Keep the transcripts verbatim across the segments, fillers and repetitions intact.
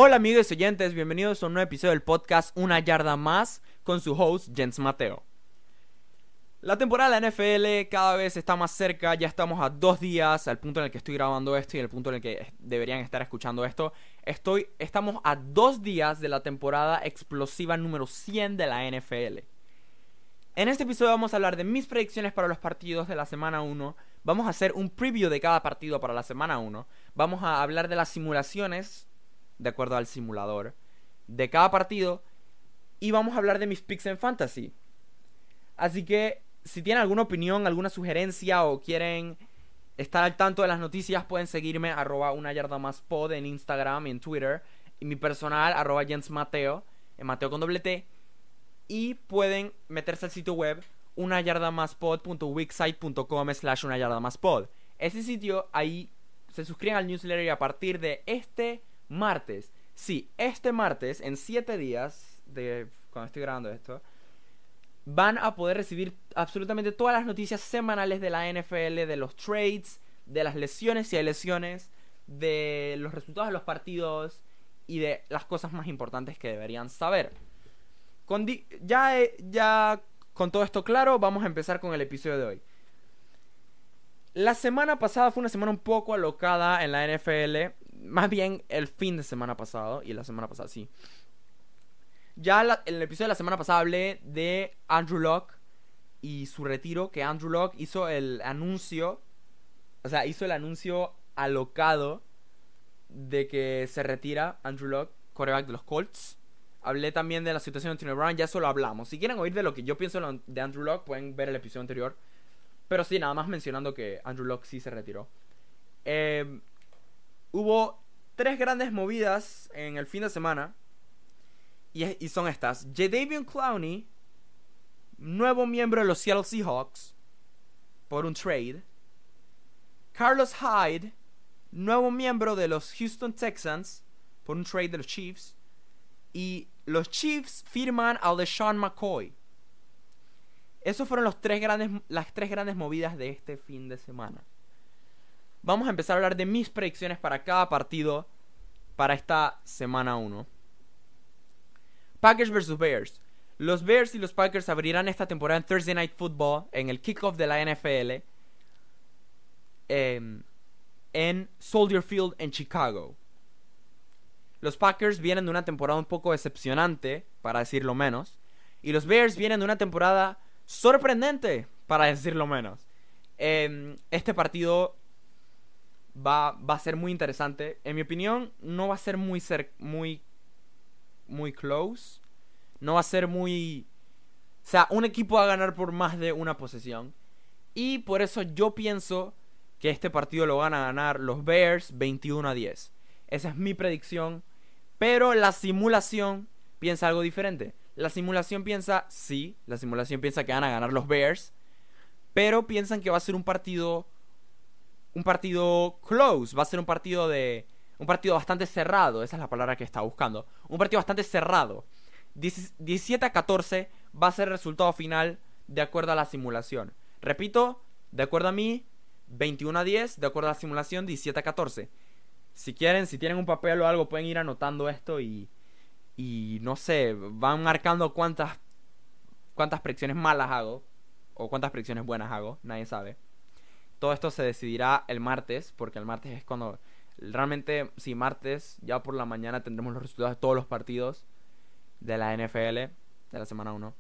Hola amigos y oyentes, bienvenidos a un nuevo episodio del podcast Una Yarda Más con su host Jens Mateo. La temporada de la N F L cada vez está más cerca, ya estamos a dos días al punto en el que estoy grabando esto y el punto en el que deberían estar escuchando esto. Estoy, estamos a dos días de la temporada explosiva número cien de la N F L. En este episodio vamos a hablar de mis predicciones para los partidos de la semana uno. Vamos a hacer un preview de cada partido para la semana uno. Vamos a hablar de las simulaciones, de acuerdo al simulador, de cada partido. Y vamos a hablar de mis picks en fantasy. Así que si tienen alguna opinión, alguna sugerencia o quieren estar al tanto de las noticias, pueden seguirme arroba una yarda más pod en Instagram y en Twitter. Y mi personal arroba Jens Mateo, en Mateo con doble T. Y pueden meterse al sitio web unayardamaspod.wixsite.com slash unayardamaspod. Ese sitio, ahí se suscriben al newsletter y a partir de este martes, sí, este martes, en siete días de cuando estoy grabando esto, van a poder recibir absolutamente todas las noticias semanales de la N F L, de los trades, de las lesiones si hay lesiones, de los resultados de los partidos y de las cosas más importantes que deberían saber. Con di- ya, ya con todo esto claro, vamos a empezar con el episodio de hoy. La semana pasada fue una semana un poco alocada en la N F L. Más bien el fin de semana pasado. Y la semana pasada, sí. Ya la, en el episodio de la semana pasada hablé de Andrew Luck y su retiro. Que Andrew Luck hizo el anuncio. O sea, hizo el anuncio alocado de que se retira Andrew Luck, quarterback de los Colts. Hablé también de la situación de Antonio Brown. Ya eso lo hablamos. Si quieren oír de lo que yo pienso de Andrew Luck, pueden ver el episodio anterior. Pero sí, nada más mencionando que Andrew Luck sí se retiró. Eh, hubo tres grandes movidas en el fin de semana. Y, y son estas. Jadeveon Clowney, nuevo miembro de los Seattle Seahawks, por un trade. Carlos Hyde, nuevo miembro de los Houston Texans, por un trade de los Chiefs. Y los Chiefs firman a LeSean McCoy. Esos fueron los tres grandes, las tres grandes movidas de este fin de semana. Vamos a empezar a hablar de mis predicciones para cada partido para esta semana uno. Packers versus Bears. Los Bears y los Packers abrirán esta temporada en Thursday Night Football, en el kickoff de la N F L, eh, en Soldier Field en Chicago. Los Packers vienen de una temporada un poco decepcionante, para decirlo menos. Y los Bears vienen de una temporada sorprendente, para decirlo menos. Eh, este partido va, va a ser muy interesante. En mi opinión, no va a ser muy, cer- muy, muy close. No va a ser muy... O sea, un equipo va a ganar por más de una posesión. Y por eso yo pienso que este partido lo van a ganar los Bears veintiuno a diez. Esa es mi predicción. Pero la simulación piensa algo diferente. La simulación piensa, sí, la simulación piensa que van a ganar los Bears, pero piensan que va a ser un partido, un partido close, va a ser un partido de, un partido bastante cerrado, esa es la palabra que estaba buscando, un partido bastante cerrado. diecisiete a catorce va a ser el resultado final de acuerdo a la simulación. Repito, de acuerdo a mí, veintiuno a diez, de acuerdo a la simulación, diecisiete a catorce. Si quieren, si tienen un papel o algo, pueden ir anotando esto y... Y no sé, van marcando cuántas cuántas predicciones malas hago o cuántas predicciones buenas hago, nadie sabe. Todo esto se decidirá el martes, porque el martes es cuando realmente, sí, martes, ya por la mañana tendremos los resultados de todos los partidos de la N F L de la semana uno.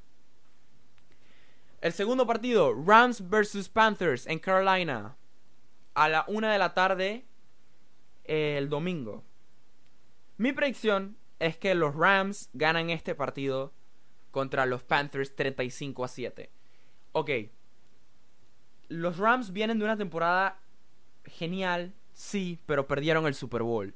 El segundo partido, Rams versus Panthers en Carolina, a la una de la tarde eh, el domingo. Mi predicción es que los Rams ganan este partido contra los Panthers treinta y cinco a siete. Ok. Los Rams vienen de una temporada genial, sí, pero perdieron el Super Bowl.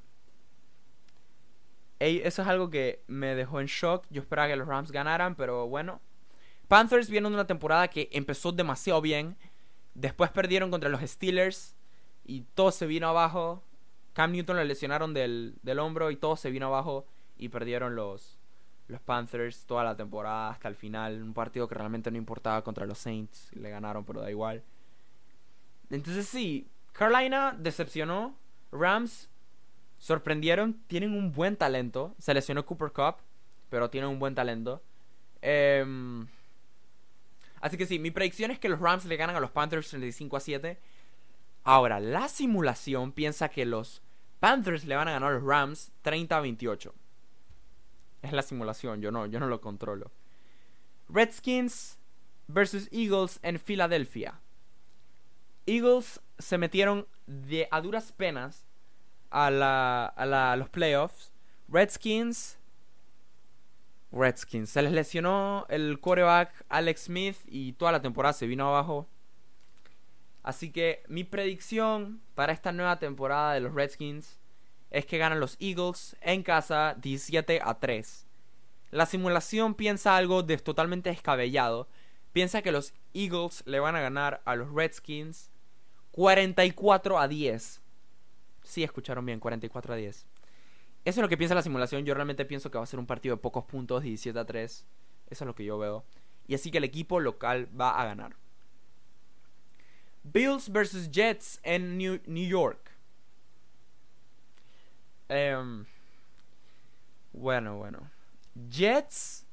Ey, eso es algo que me dejó en shock. Yo esperaba que los Rams ganaran, pero bueno. Panthers vienen de una temporada que empezó demasiado bien. Después perdieron contra los Steelers y todo se vino abajo. Cam Newton le lesionaron del, del hombro y todo se vino abajo. Y perdieron los, los Panthers toda la temporada hasta el final. Un partido que realmente no importaba contra los Saints. Le ganaron, pero da igual. Entonces sí, Carolina decepcionó. Rams sorprendieron, tienen un buen talento. Se lesionó Cooper Kupp, pero tienen un buen talento. Eh, así que sí, mi predicción es que los Rams le ganan a los Panthers treinta y cinco a siete. Ahora, la simulación piensa que los Panthers le van a ganar a los Rams treinta a veintiocho. Es la simulación, yo no, yo no lo controlo. Redskins versus Eagles en Filadelfia. Eagles se metieron de a duras penas a, la, a, la, a los playoffs. Redskins... Redskins. Se les lesionó el quarterback Alex Smith y toda la temporada se vino abajo. Así que mi predicción para esta nueva temporada de los Redskins es que ganan los Eagles en casa diecisiete a tres. La simulación piensa algo de totalmente descabellado. Piensa que los Eagles le van a ganar a los Redskins cuarenta y cuatro a diez. Sí, escucharon bien, cuarenta y cuatro a diez. Eso es lo que piensa la simulación. Yo realmente pienso que va a ser un partido de pocos puntos, diecisiete a tres. Eso es lo que yo veo. Y así que el equipo local va a ganar. Bills versus Jets en New, New York. Um, bueno, bueno. Jets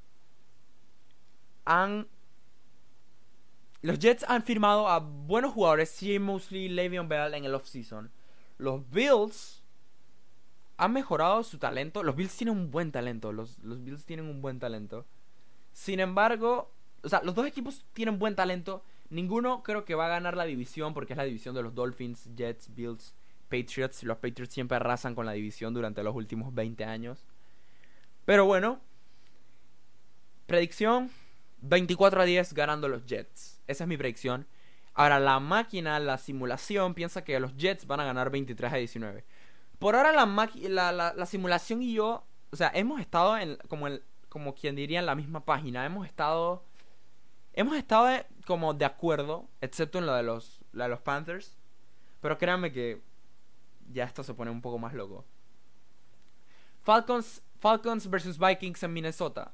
han... Los Jets han firmado a buenos jugadores, C J Mosley, Le'Veon Bell en el offseason. Los Bills han mejorado su talento. Los Bills tienen un buen talento. Los, los Bills tienen un buen talento. Sin embargo, o sea, los dos equipos tienen buen talento. Ninguno creo que va a ganar la división porque es la división de los Dolphins, Jets, Bills, Patriots. Los Patriots siempre arrasan con la división durante los últimos veinte años. Pero bueno, predicción, veinticuatro a diez ganando los Jets. Esa es mi predicción. Ahora la máquina, la simulación, piensa que los Jets van a ganar veintitrés a diecinueve. Por ahora la, la, la, la simulación y yo, o sea, hemos estado en, como, el, como quien diría en la misma página. Hemos estado... Hemos estado de, como de acuerdo, excepto en lo de los, lo de los Panthers. Pero créanme que ya esto se pone un poco más loco. Falcons, Falcons versus Vikings en Minnesota.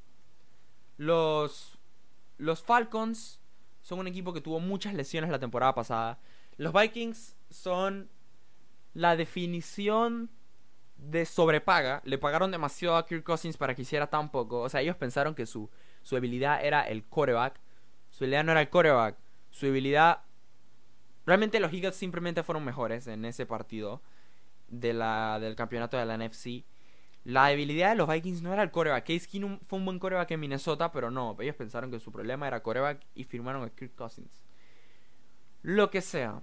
Los, los Falcons son un equipo que tuvo muchas lesiones la temporada pasada. Los Vikings son la definición de sobrepaga. Le pagaron demasiado a Kirk Cousins para que hiciera tan poco. O sea, ellos pensaron que su... Su habilidad era el quarterback. Su habilidad no era el quarterback. Su habilidad... Realmente los Eagles simplemente fueron mejores en ese partido de la, del campeonato de la N F C. La debilidad de los Vikings no era el quarterback. Case Keenum fue un buen quarterback en Minnesota, pero no. Ellos pensaron que su problema era quarterback y firmaron a Kirk Cousins. Lo que sea.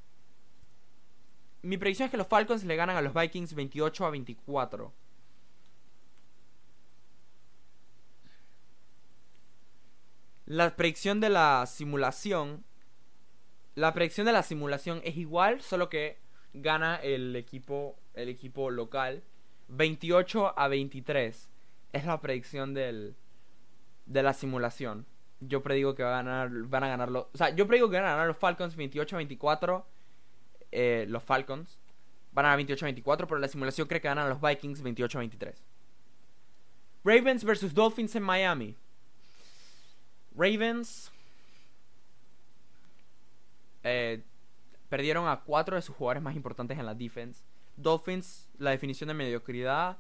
Mi predicción es que los Falcons le ganan a los Vikings veintiocho a veinticuatro. La predicción de la simulación. La predicción de la simulación es igual, solo que gana el equipo. El equipo local. veintiocho a veintitrés. Es la predicción del. De la simulación. Yo predigo que va a ganar. Van a ganarlo. O sea, yo predigo que van a ganar los Falcons veintiocho a veinticuatro. Eh, los Falcons van a ganar veintiocho a veinticuatro. Pero la simulación cree que ganan los Vikings veintiocho a veintitrés. Ravens versus Dolphins en Miami. Ravens eh, perdieron a cuatro de sus jugadores más importantes en la defense. Dolphins, la definición de mediocridad.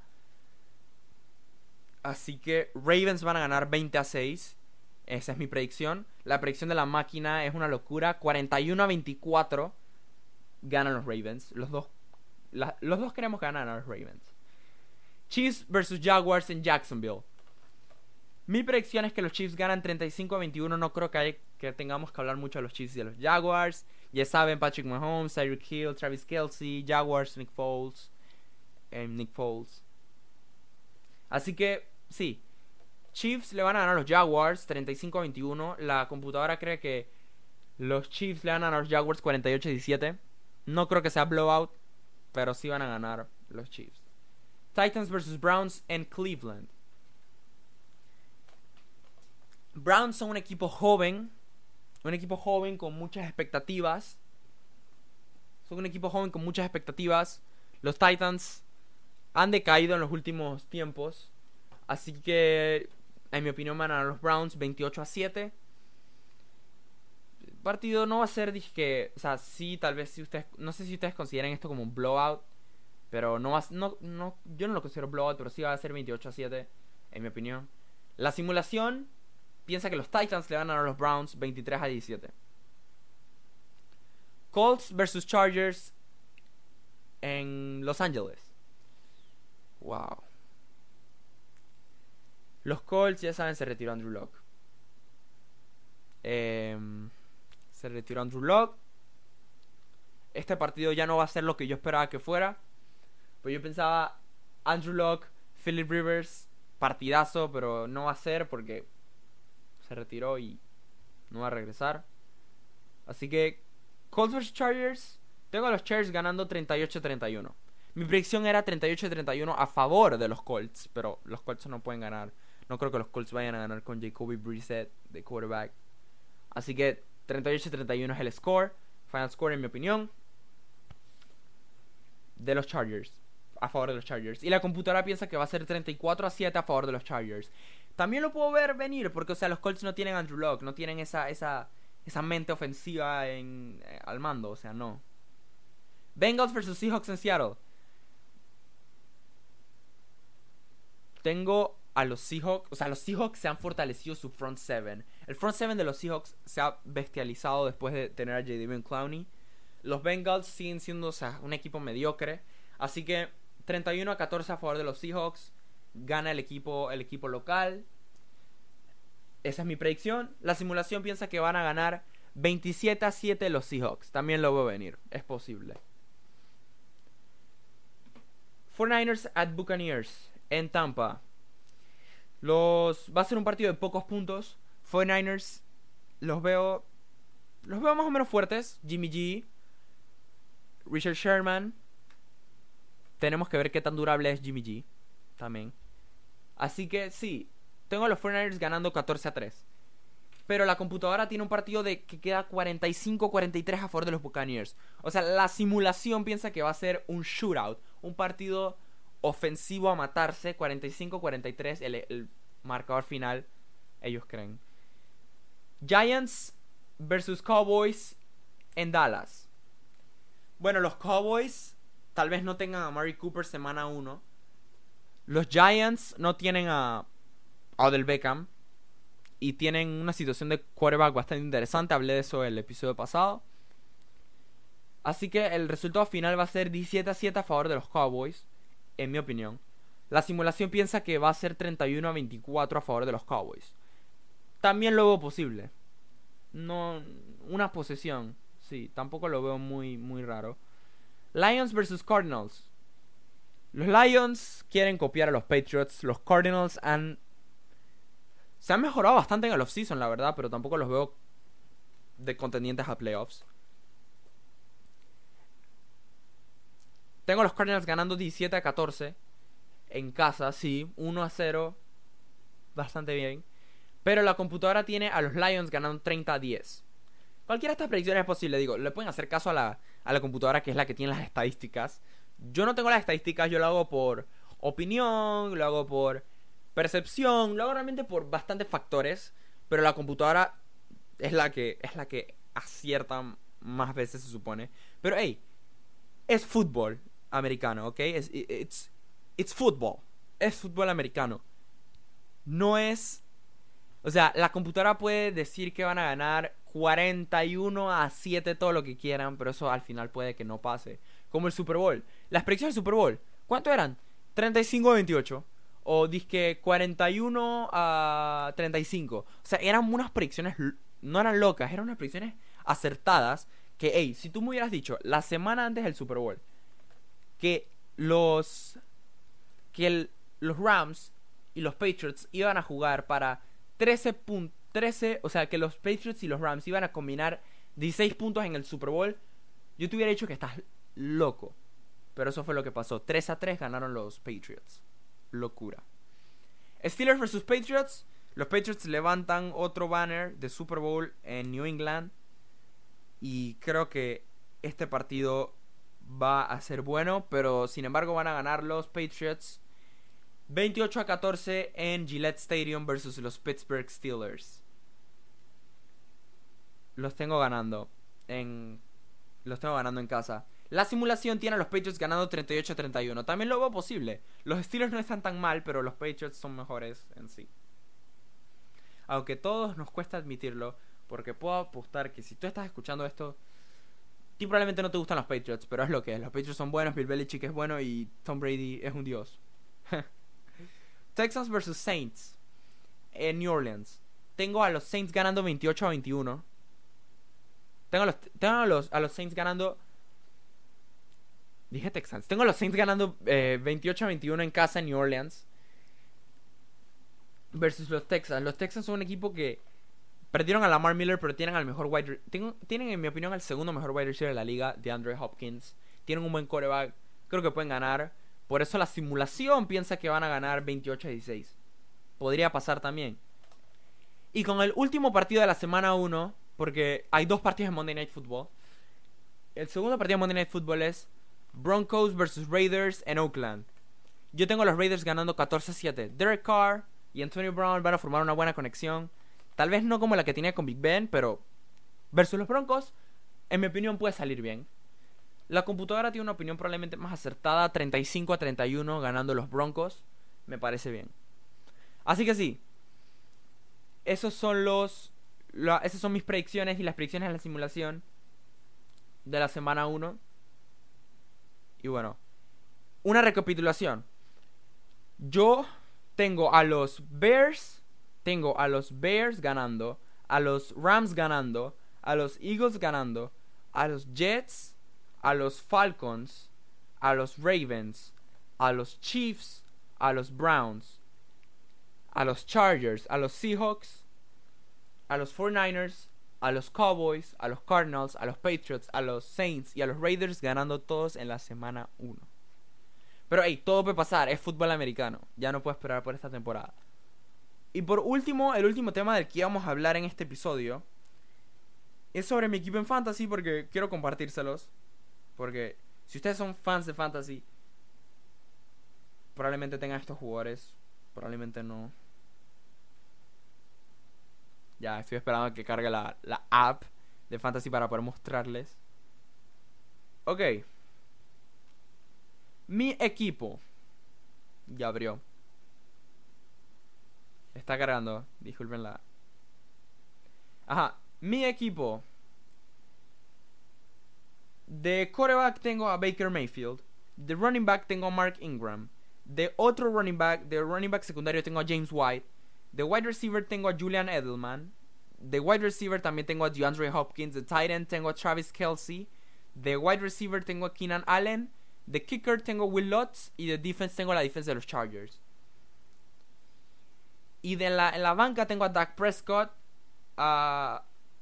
Así que Ravens van a ganar veinte a seis. Esa es mi predicción. La predicción de la máquina es una locura. cuarenta y uno a veinticuatro ganan los Ravens. Los dos, la, los dos queremos ganar a los Ravens. Chiefs versus Jaguars en Jacksonville. Mi predicción es que los Chiefs ganan treinta y cinco a veintiuno. No creo que, hay, que tengamos que hablar mucho de los Chiefs y de los Jaguars. Ya saben, Patrick Mahomes, Tyreek Hill, Travis Kelce, Jaguars, Nick Foles. Eh, Nick Foles. Así que, sí. Chiefs le van a ganar a los Jaguars treinta y cinco a veintiuno. La computadora cree que los Chiefs le van a ganar a los Jaguars cuarenta y ocho a diecisiete. No creo que sea blowout, pero sí van a ganar los Chiefs. Titans versus Browns en Cleveland. Browns son un equipo joven. Un equipo joven con muchas expectativas. Son un equipo joven con muchas expectativas. Los Titans han decaído en los últimos tiempos. Así que, en mi opinión, van a ganar los Browns veintiocho a siete. El partido no va a ser, dije que... O sea, sí, tal vez si ustedes... No sé si ustedes consideran esto como un blowout. Pero no va, no, no, yo no lo considero blowout, pero sí va a ser veintiocho a siete, en mi opinión. La simulación piensa que los Titans le van a ganar a los Browns veintitrés a diecisiete. Colts versus Chargers en Los Ángeles. Wow. Los Colts, ya saben, se retiró Andrew Luck. Eh, se retiró Andrew Luck. Este partido ya no va a ser lo que yo esperaba que fuera. Pues yo pensaba Andrew Luck, Philip Rivers, partidazo, pero no va a ser porque se retiró y no va a regresar. Así que Colts versus Chargers. Tengo a los Chargers ganando treinta y ocho a treinta y uno. Mi predicción era treinta y ocho a treinta y uno a favor de los Colts, pero los Colts no pueden ganar. No creo que los Colts vayan a ganar con Jacoby Brissett de quarterback. Así que treinta y ocho a treinta y uno es el score. Final score, en mi opinión, de los Chargers. A favor de los Chargers. Y la computadora piensa que va a ser treinta y cuatro a siete a favor de los Chargers. También lo puedo ver venir, porque, o sea, los Colts no tienen Andrew Luck. No tienen esa, esa, esa mente ofensiva en, eh, al mando. O sea, no. Bengals versus Seahawks en Seattle. Tengo a los Seahawks. O sea, los Seahawks se han fortalecido su front seven. El front seven de los Seahawks se ha bestializado después de tener a Jadeveon Clowney. Los Bengals siguen siendo, o sea, un equipo mediocre. Así que treinta y uno a catorce a favor de los Seahawks. Gana el equipo, el equipo local. Esa es mi predicción. La simulación piensa que van a ganar veintisiete a siete los Seahawks. También lo veo venir. Es posible. forty-niners at Buccaneers en Tampa. Los va a ser un partido de pocos puntos. forty-niners los veo los veo más o menos fuertes. Jimmy G, Richard Sherman. Tenemos que ver qué tan durable es Jimmy G también. Así que sí, tengo a los forty-niners ganando catorce a tres. Pero la computadora tiene un partido de que queda cuarenta y cinco a cuarenta y tres a favor de los Buccaneers. O sea, la simulación piensa que va a ser un shootout, un partido ofensivo a matarse. Cuarenta y cinco a cuarenta y tres el, el marcador final, ellos creen. Giants versus Cowboys en Dallas. Bueno, los Cowboys tal vez no tengan a Amari Cooper semana uno. Los Giants no tienen a Odell Beckham. Y tienen una situación de quarterback bastante interesante. Hablé de eso en el episodio pasado. Así que el resultado final va a ser diecisiete a siete a favor de los Cowboys, en mi opinión. La simulación piensa que va a ser treinta y uno a veinticuatro a favor de los Cowboys. También lo veo posible. No, una posesión. Sí, tampoco lo veo muy, muy raro. Lions versus Cardinals. Los Lions quieren copiar a los Patriots. Los Cardinals han... se han mejorado bastante en el offseason, la verdad, pero tampoco los veo de contendientes a playoffs. Tengo a los Cardinals ganando diecisiete a catorce en casa, sí, uno a cero, bastante bien. Pero la computadora tiene a los Lions ganando treinta a diez. Cualquiera de estas predicciones es posible, digo, le pueden hacer caso a la, a la computadora, que es la que tiene las estadísticas. Yo no tengo las estadísticas, yo lo hago por opinión, lo hago por percepción, lo hago realmente por bastantes factores, pero la computadora es la que es la que acierta más veces, se supone. Pero hey, es fútbol americano, ¿ok? Es it's it's fútbol. Es fútbol americano. No es, o sea, la computadora puede decir que van a ganar cuarenta y uno a siete todo lo que quieran, pero eso al final puede que no pase. Como el Super Bowl. Las predicciones del Super Bowl, ¿cuánto eran? treinta y cinco a veintiocho. O dizque cuarenta y uno a treinta y cinco. O sea, eran unas predicciones, no eran locas, eran unas predicciones acertadas. Que, hey, si tú me hubieras dicho la semana antes del Super Bowl que los que el, los Rams y los Patriots iban a jugar para trece puntos, trece, o sea, que los Patriots y los Rams iban a combinar dieciséis puntos en el Super Bowl, yo te hubiera dicho que estás loco. Pero eso fue lo que pasó. tres a tres ganaron los Patriots. Locura. Steelers versus Patriots. Los Patriots levantan otro banner de Super Bowl en New England. Y creo que este partido va a ser bueno. Pero sin embargo van a ganar los Patriots veintiocho a catorce en Gillette Stadium versus los Pittsburgh Steelers. Los tengo ganando en... Los tengo ganando en casa. La simulación tiene a los Patriots ganando treinta y ocho a treinta y uno. También lo veo posible. Los Steelers no están tan mal, pero los Patriots son mejores en sí. Aunque todos nos cuesta admitirlo, porque puedo apostar que si tú estás escuchando esto, ti probablemente no te gustan los Patriots, pero es lo que es. Los Patriots son buenos, Bill Belichick es bueno y Tom Brady es un dios. Texans versus Saints en New Orleans. Tengo a los Saints ganando veintiocho a veintiuno. Tengo a los, tengo a los, a los Saints ganando... Dije Texans. Tengo a los Saints ganando eh, veintiocho a veintiuno en casa en New Orleans. Versus los Texans. Los Texans son un equipo que perdieron a Lamar Miller, pero tienen al mejor wide... Tengo, tienen, en mi opinión, al segundo mejor wide receiver de la liga, DeAndre Hopkins. Tienen un buen quarterback. Creo que pueden ganar. Por eso la simulación piensa que van a ganar veintiocho a dieciséis. Podría pasar también. Y con el último partido de la semana uno, porque hay dos partidos en Monday Night Football. El segundo partido de Monday Night Football es Broncos versus Raiders en Oakland. Yo tengo a los Raiders ganando catorce a siete. Derek Carr y Antonio Brown van a formar una buena conexión. Tal vez no como la que tenía con Big Ben, pero versus los Broncos, en mi opinión, puede salir bien. La computadora tiene una opinión probablemente más acertada, treinta y cinco a treinta y uno ganando los Broncos. Me parece bien. Así que sí, esos son los la, esas son mis predicciones y las predicciones de la simulación de la semana uno. Y bueno, una recapitulación. Yo tengo a los Bears, tengo a los Bears ganando, a los Rams ganando, a los Eagles ganando, a los Jets, a los Falcons, a los Ravens, a los Chiefs, a los Browns, a los Chargers, a los Seahawks, a los cuarenta y nueve ers, a los Cowboys, a los Cardinals, a los Patriots, a los Saints y a los Raiders ganando todos en la semana uno. Pero hey, todo puede pasar, es fútbol americano. Ya no puedo esperar por esta temporada. Y por último, el último tema del que íbamos a hablar en este episodio es sobre mi equipo en Fantasy, porque quiero compartírselos. Porque si ustedes son fans de Fantasy, probablemente tengan estos jugadores, probablemente no. Ya, estoy esperando a que cargue la, la app de Fantasy para poder mostrarles. Ok. Mi equipo. Ya abrió. Está cargando. Disculpen la... Ajá. Mi equipo. De quarterback tengo a Baker Mayfield. De running back tengo a Mark Ingram. De otro running back, de running back secundario tengo a James White. De wide receiver tengo a Julian Edelman. De wide receiver también tengo a DeAndre Hopkins. De tight end tengo a Travis Kelce. De wide receiver tengo a Keenan Allen. De kicker tengo a Will Lutz. Y de defense tengo la defensa de los Chargers. Y de la, en la banca tengo a Dak Prescott. A,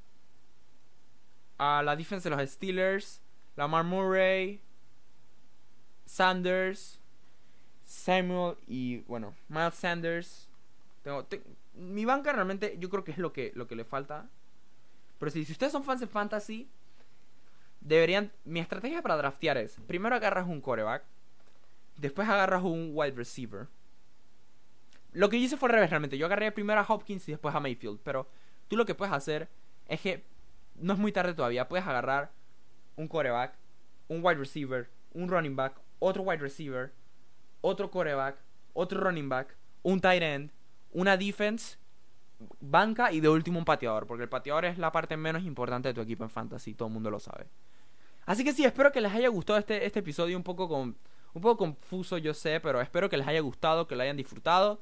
a la defensa de los Steelers. Lamar Murray. Sanders. Samuel y bueno, Miles Sanders. Tengo, te, mi banca realmente yo creo que es lo que, lo que le falta. Pero si, si ustedes son fans de Fantasy, deberían... Mi estrategia para draftear es: primero agarras un quarterback, después agarras un wide receiver. Lo que yo hice fue al revés realmente. Yo agarré primero a Hopkins y después a Mayfield. Pero tú lo que puedes hacer es que no es muy tarde todavía. Puedes agarrar un quarterback, un wide receiver, un running back, otro wide receiver, otro quarterback, otro running back, un tight end, una defense, banca y de último un pateador. Porque el pateador es la parte menos importante de tu equipo en Fantasy. Todo el mundo lo sabe. Así que sí, espero que les haya gustado este, este episodio. Un poco, con, un poco confuso, yo sé. Pero espero que les haya gustado, que lo hayan disfrutado.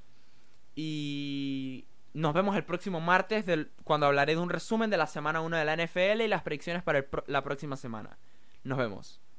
Y nos vemos el próximo martes del, cuando hablaré de un resumen de la semana uno de la N F L y las predicciones para el, la próxima semana. Nos vemos.